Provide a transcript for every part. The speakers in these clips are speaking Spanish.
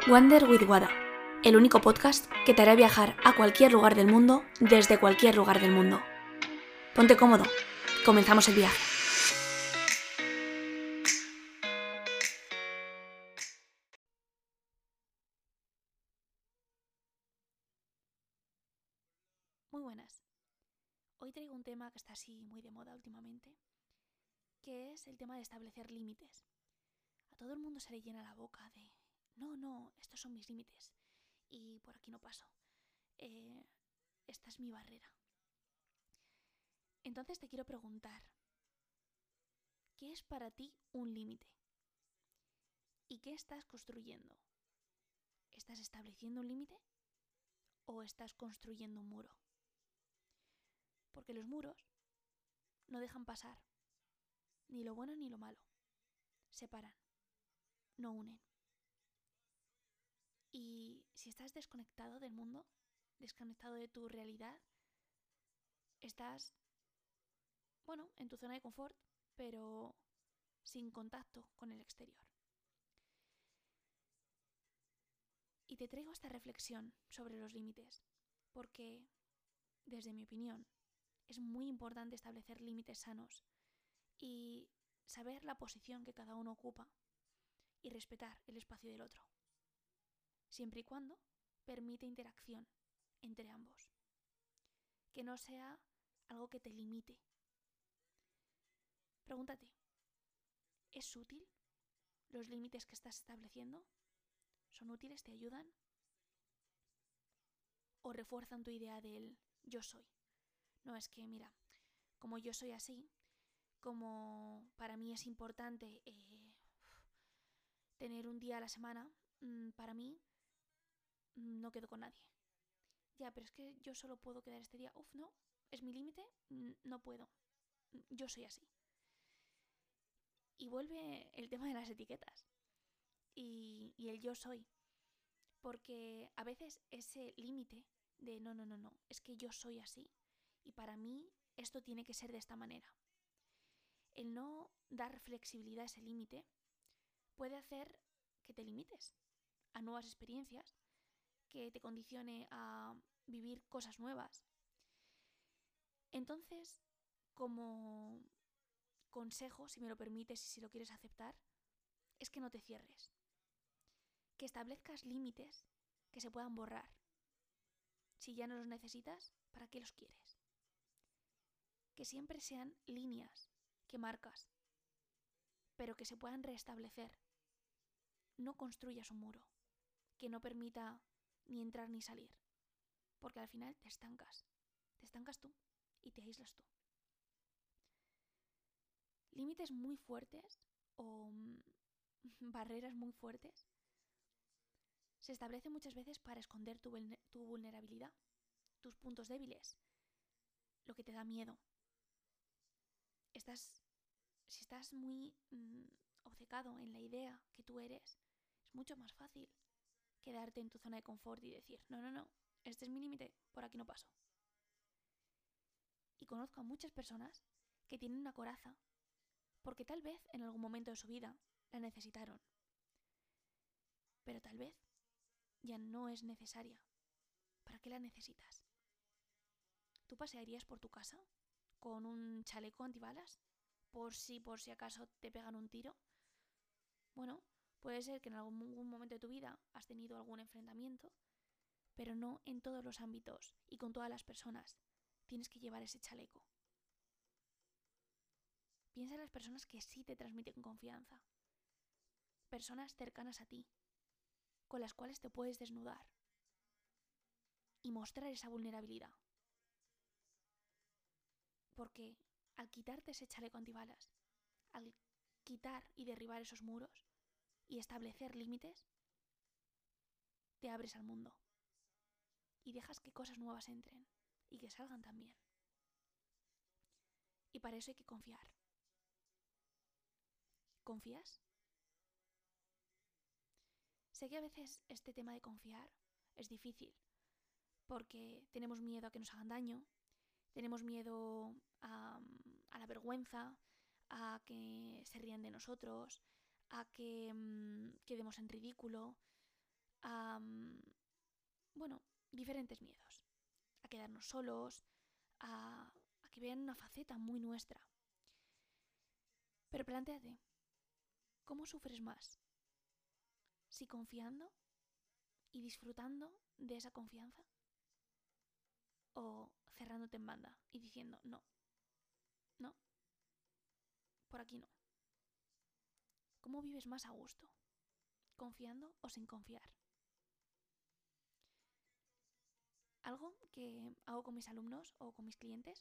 Wander with Wada, el único podcast que te hará viajar a cualquier lugar del mundo desde cualquier lugar del mundo. Ponte cómodo, comenzamos el viaje. Muy buenas. Hoy traigo un tema que está así muy de moda últimamente, que es el tema de establecer límites. A todo el mundo se le llena la boca de no, estos son mis límites y por aquí no paso. Esta es mi barrera. Entonces te quiero preguntar, ¿qué es para ti un límite? ¿Y qué estás construyendo? ¿Estás estableciendo un límite o estás construyendo un muro? Porque los muros no dejan pasar ni lo bueno ni lo malo. Separan, no unen. Y si estás desconectado del mundo, desconectado de tu realidad, estás, en tu zona de confort, pero sin contacto con el exterior. Y te traigo esta reflexión sobre los límites, porque, desde mi opinión, es muy importante establecer límites sanos y saber la posición que cada uno ocupa y respetar el espacio del otro, siempre y cuando permite interacción entre ambos, que no sea algo que te limite. Pregúntate, ¿es útil los límites que estás estableciendo? ¿Son útiles? ¿Te ayudan? ¿O refuerzan tu idea del yo soy? No, es que mira, como yo soy así, como para mí es importante tener un día a la semana, para mí no quedo con nadie. Ya, pero es que yo solo puedo quedar este día. No, es mi límite, no puedo. Yo soy así. Y vuelve el tema de las etiquetas y el yo soy. Porque a veces ese límite de no, es que yo soy así y para mí esto tiene que ser de esta manera. El no dar flexibilidad a ese límite puede hacer que te limites a nuevas experiencias, que te condicione a vivir cosas nuevas. Entonces, como consejo, si me lo permites y si lo quieres aceptar, es que no te cierres. Que establezcas límites que se puedan borrar. Si ya no los necesitas, ¿para qué los quieres? Que siempre sean líneas que marcas, pero que se puedan restablecer. No construyas un muro que no permita ni entrar ni salir, porque al final te estancas tú y te aíslas tú. Límites muy fuertes o barreras muy fuertes se establecen muchas veces para esconder tu vulnerabilidad, tus puntos débiles, lo que te da miedo. Si estás muy obcecado en la idea que tú eres, es mucho más fácil quedarte en tu zona de confort y decir, no, este es mi límite, por aquí no paso. Y conozco a muchas personas que tienen una coraza porque tal vez en algún momento de su vida la necesitaron, pero tal vez ya no es necesaria. ¿Para qué la necesitas? ¿Tú pasearías por tu casa con un chaleco antibalas por si acaso te pegan un tiro? Bueno, puede ser que en algún momento de tu vida has tenido algún enfrentamiento, pero no en todos los ámbitos y con todas las personas tienes que llevar ese chaleco. Piensa en las personas que sí te transmiten confianza, personas cercanas a ti, con las cuales te puedes desnudar y mostrar esa vulnerabilidad. Porque al quitarte ese chaleco antibalas, al quitar y derribar esos muros y establecer límites, te abres al mundo y dejas que cosas nuevas entren y que salgan también. Y para eso hay que confiar. ¿Confías? Sé que a veces este tema de confiar es difícil porque tenemos miedo a que nos hagan daño, tenemos miedo a la vergüenza, a que se rían de nosotros, a que quedemos en ridículo, a, bueno, diferentes miedos. A quedarnos solos, a que vean una faceta muy nuestra. Pero plantéate, ¿cómo sufres más? ¿Si confiando y disfrutando de esa confianza? ¿O cerrándote en banda y diciendo, no, no, por aquí no? ¿Cómo vives más a gusto? ¿Confiando o sin confiar? Algo que hago con mis alumnos o con mis clientes,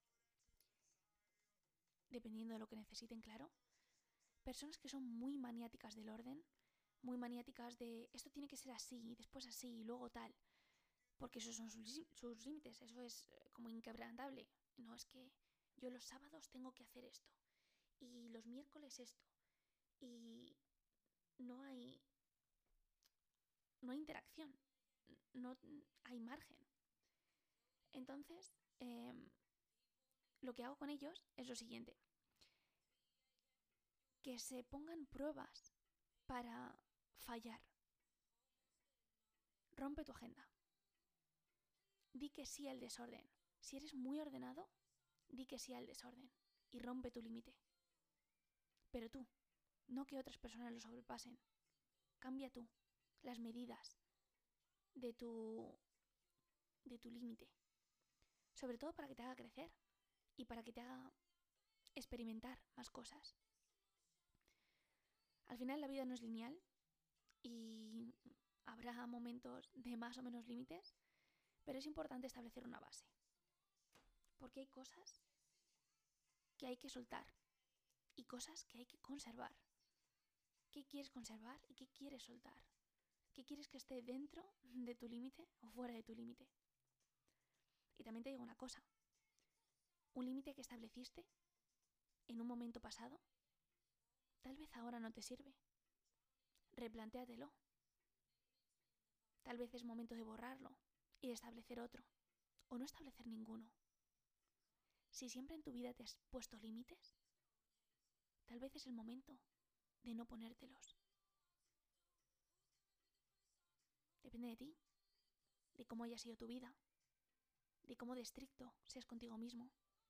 dependiendo de lo que necesiten, claro. Personas que son muy maniáticas del orden, muy maniáticas de esto tiene que ser así, después así, y luego tal. Porque esos son sus límites, eso es como inquebrantable. No, es que yo los sábados tengo que hacer esto, y los miércoles esto, y no hay, no hay interacción, no hay margen. Entonces, lo que hago con ellos es lo siguiente, que se pongan pruebas para fallar. Rompe tu agenda. Di que sí al desorden. Si eres muy ordenado, di que sí al desorden y rompe tu límite. Pero tú, no que otras personas lo sobrepasen. Cambia tú las medidas de tu límite. Sobre todo para que te haga crecer y para que te haga experimentar más cosas. Al final la vida no es lineal y habrá momentos de más o menos límites, pero es importante establecer una base. Porque hay cosas que hay que soltar y cosas que hay que conservar. ¿Qué quieres conservar y qué quieres soltar? ¿Qué quieres que esté dentro de tu límite o fuera de tu límite? Y también te digo una cosa, un límite que estableciste en un momento pasado, tal vez ahora no te sirve. Replantéatelo. Tal vez es momento de borrarlo y de establecer otro, o no establecer ninguno. Si siempre en tu vida te has puesto límites, tal vez es el momento de no ponértelos. Depende de ti, de cómo haya sido tu vida, de cómo de estricto seas contigo mismo.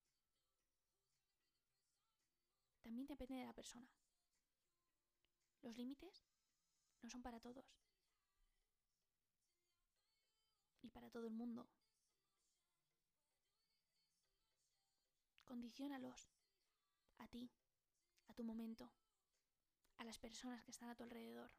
También depende de la persona. Los límites no son para todos, ni para todo el mundo. Condiciónalos a ti, a tu momento, a las personas que están a tu alrededor.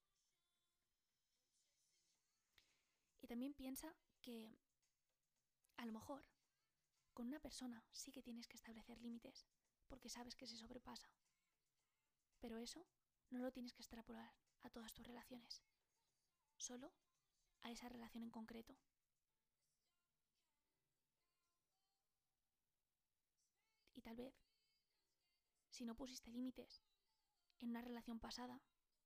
Y también piensa que a lo mejor con una persona sí que tienes que establecer límites porque sabes que se sobrepasa. Pero eso no lo tienes que extrapolar a todas tus relaciones, solo a esa relación en concreto. Y tal vez, si no pusiste límites en una relación pasada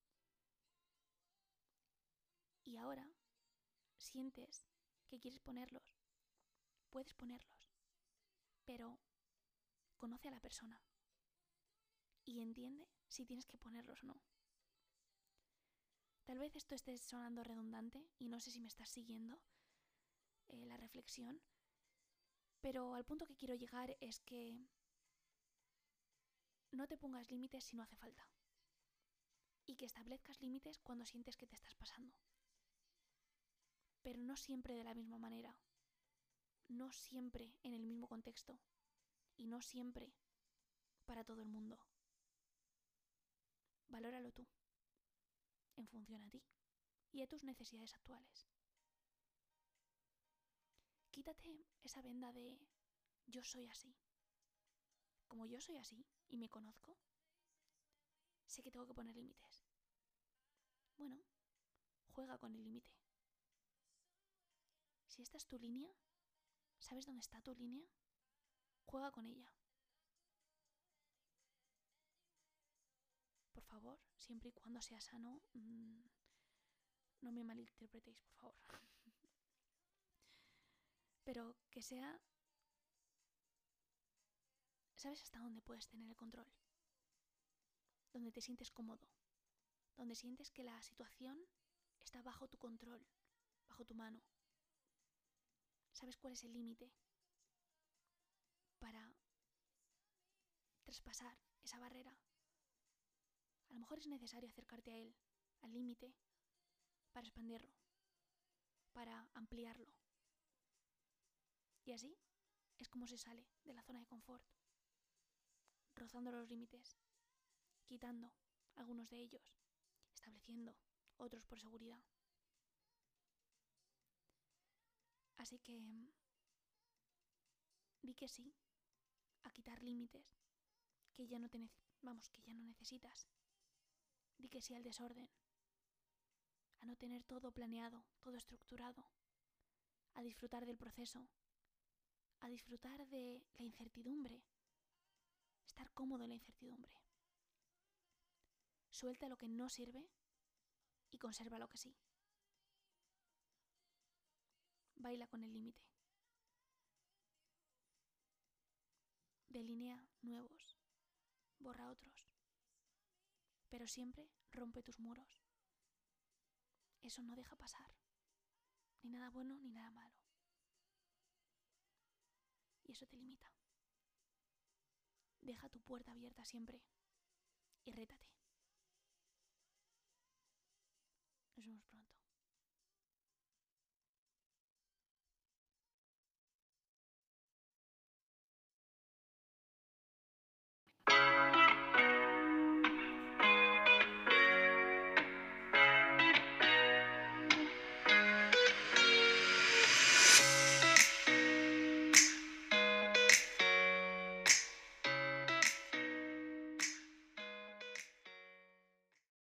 y ahora sientes que quieres ponerlos, puedes ponerlos, pero conoce a la persona y entiende si tienes que ponerlos o no. Tal vez esto esté sonando redundante y no sé si me estás siguiendo la reflexión, pero al punto que quiero llegar es que no te pongas límites si no hace falta y que establezcas límites cuando sientes que te estás pasando, pero no siempre de la misma manera, no siempre en el mismo contexto y no siempre para todo el mundo. Valóralo tú, en función a ti y a tus necesidades actuales. Quítate esa venda de yo soy así. Como yo soy así y me conozco, sé que tengo que poner límites. Bueno, juega con el límite. Si esta es tu línea, ¿sabes dónde está tu línea? Juega con ella. Por favor, siempre y cuando sea sano, no me malinterpretéis, por favor. Pero que sea... ¿Sabes hasta dónde puedes tener el control? Donde te sientes cómodo. Donde sientes que la situación está bajo tu control, bajo tu mano. Sabes cuál es el límite para traspasar esa barrera. A lo mejor es necesario acercarte a él, al límite, para expandirlo, para ampliarlo. Y así es como se sale de la zona de confort, rozando los límites, quitando algunos de ellos, estableciendo otros por seguridad. Así que di que sí a quitar límites que ya no necesitas. Di que sí al desorden, a no tener todo planeado, todo estructurado, a disfrutar del proceso, a disfrutar de la incertidumbre, estar cómodo en la incertidumbre. Suelta lo que no sirve y conserva lo que sí. Baila con el límite. Delinea nuevos, borra otros, pero siempre rompe tus muros. Eso no deja pasar ni nada bueno ni nada malo. Y eso te limita. Deja tu puerta abierta siempre y rétate. Nos vemos pronto.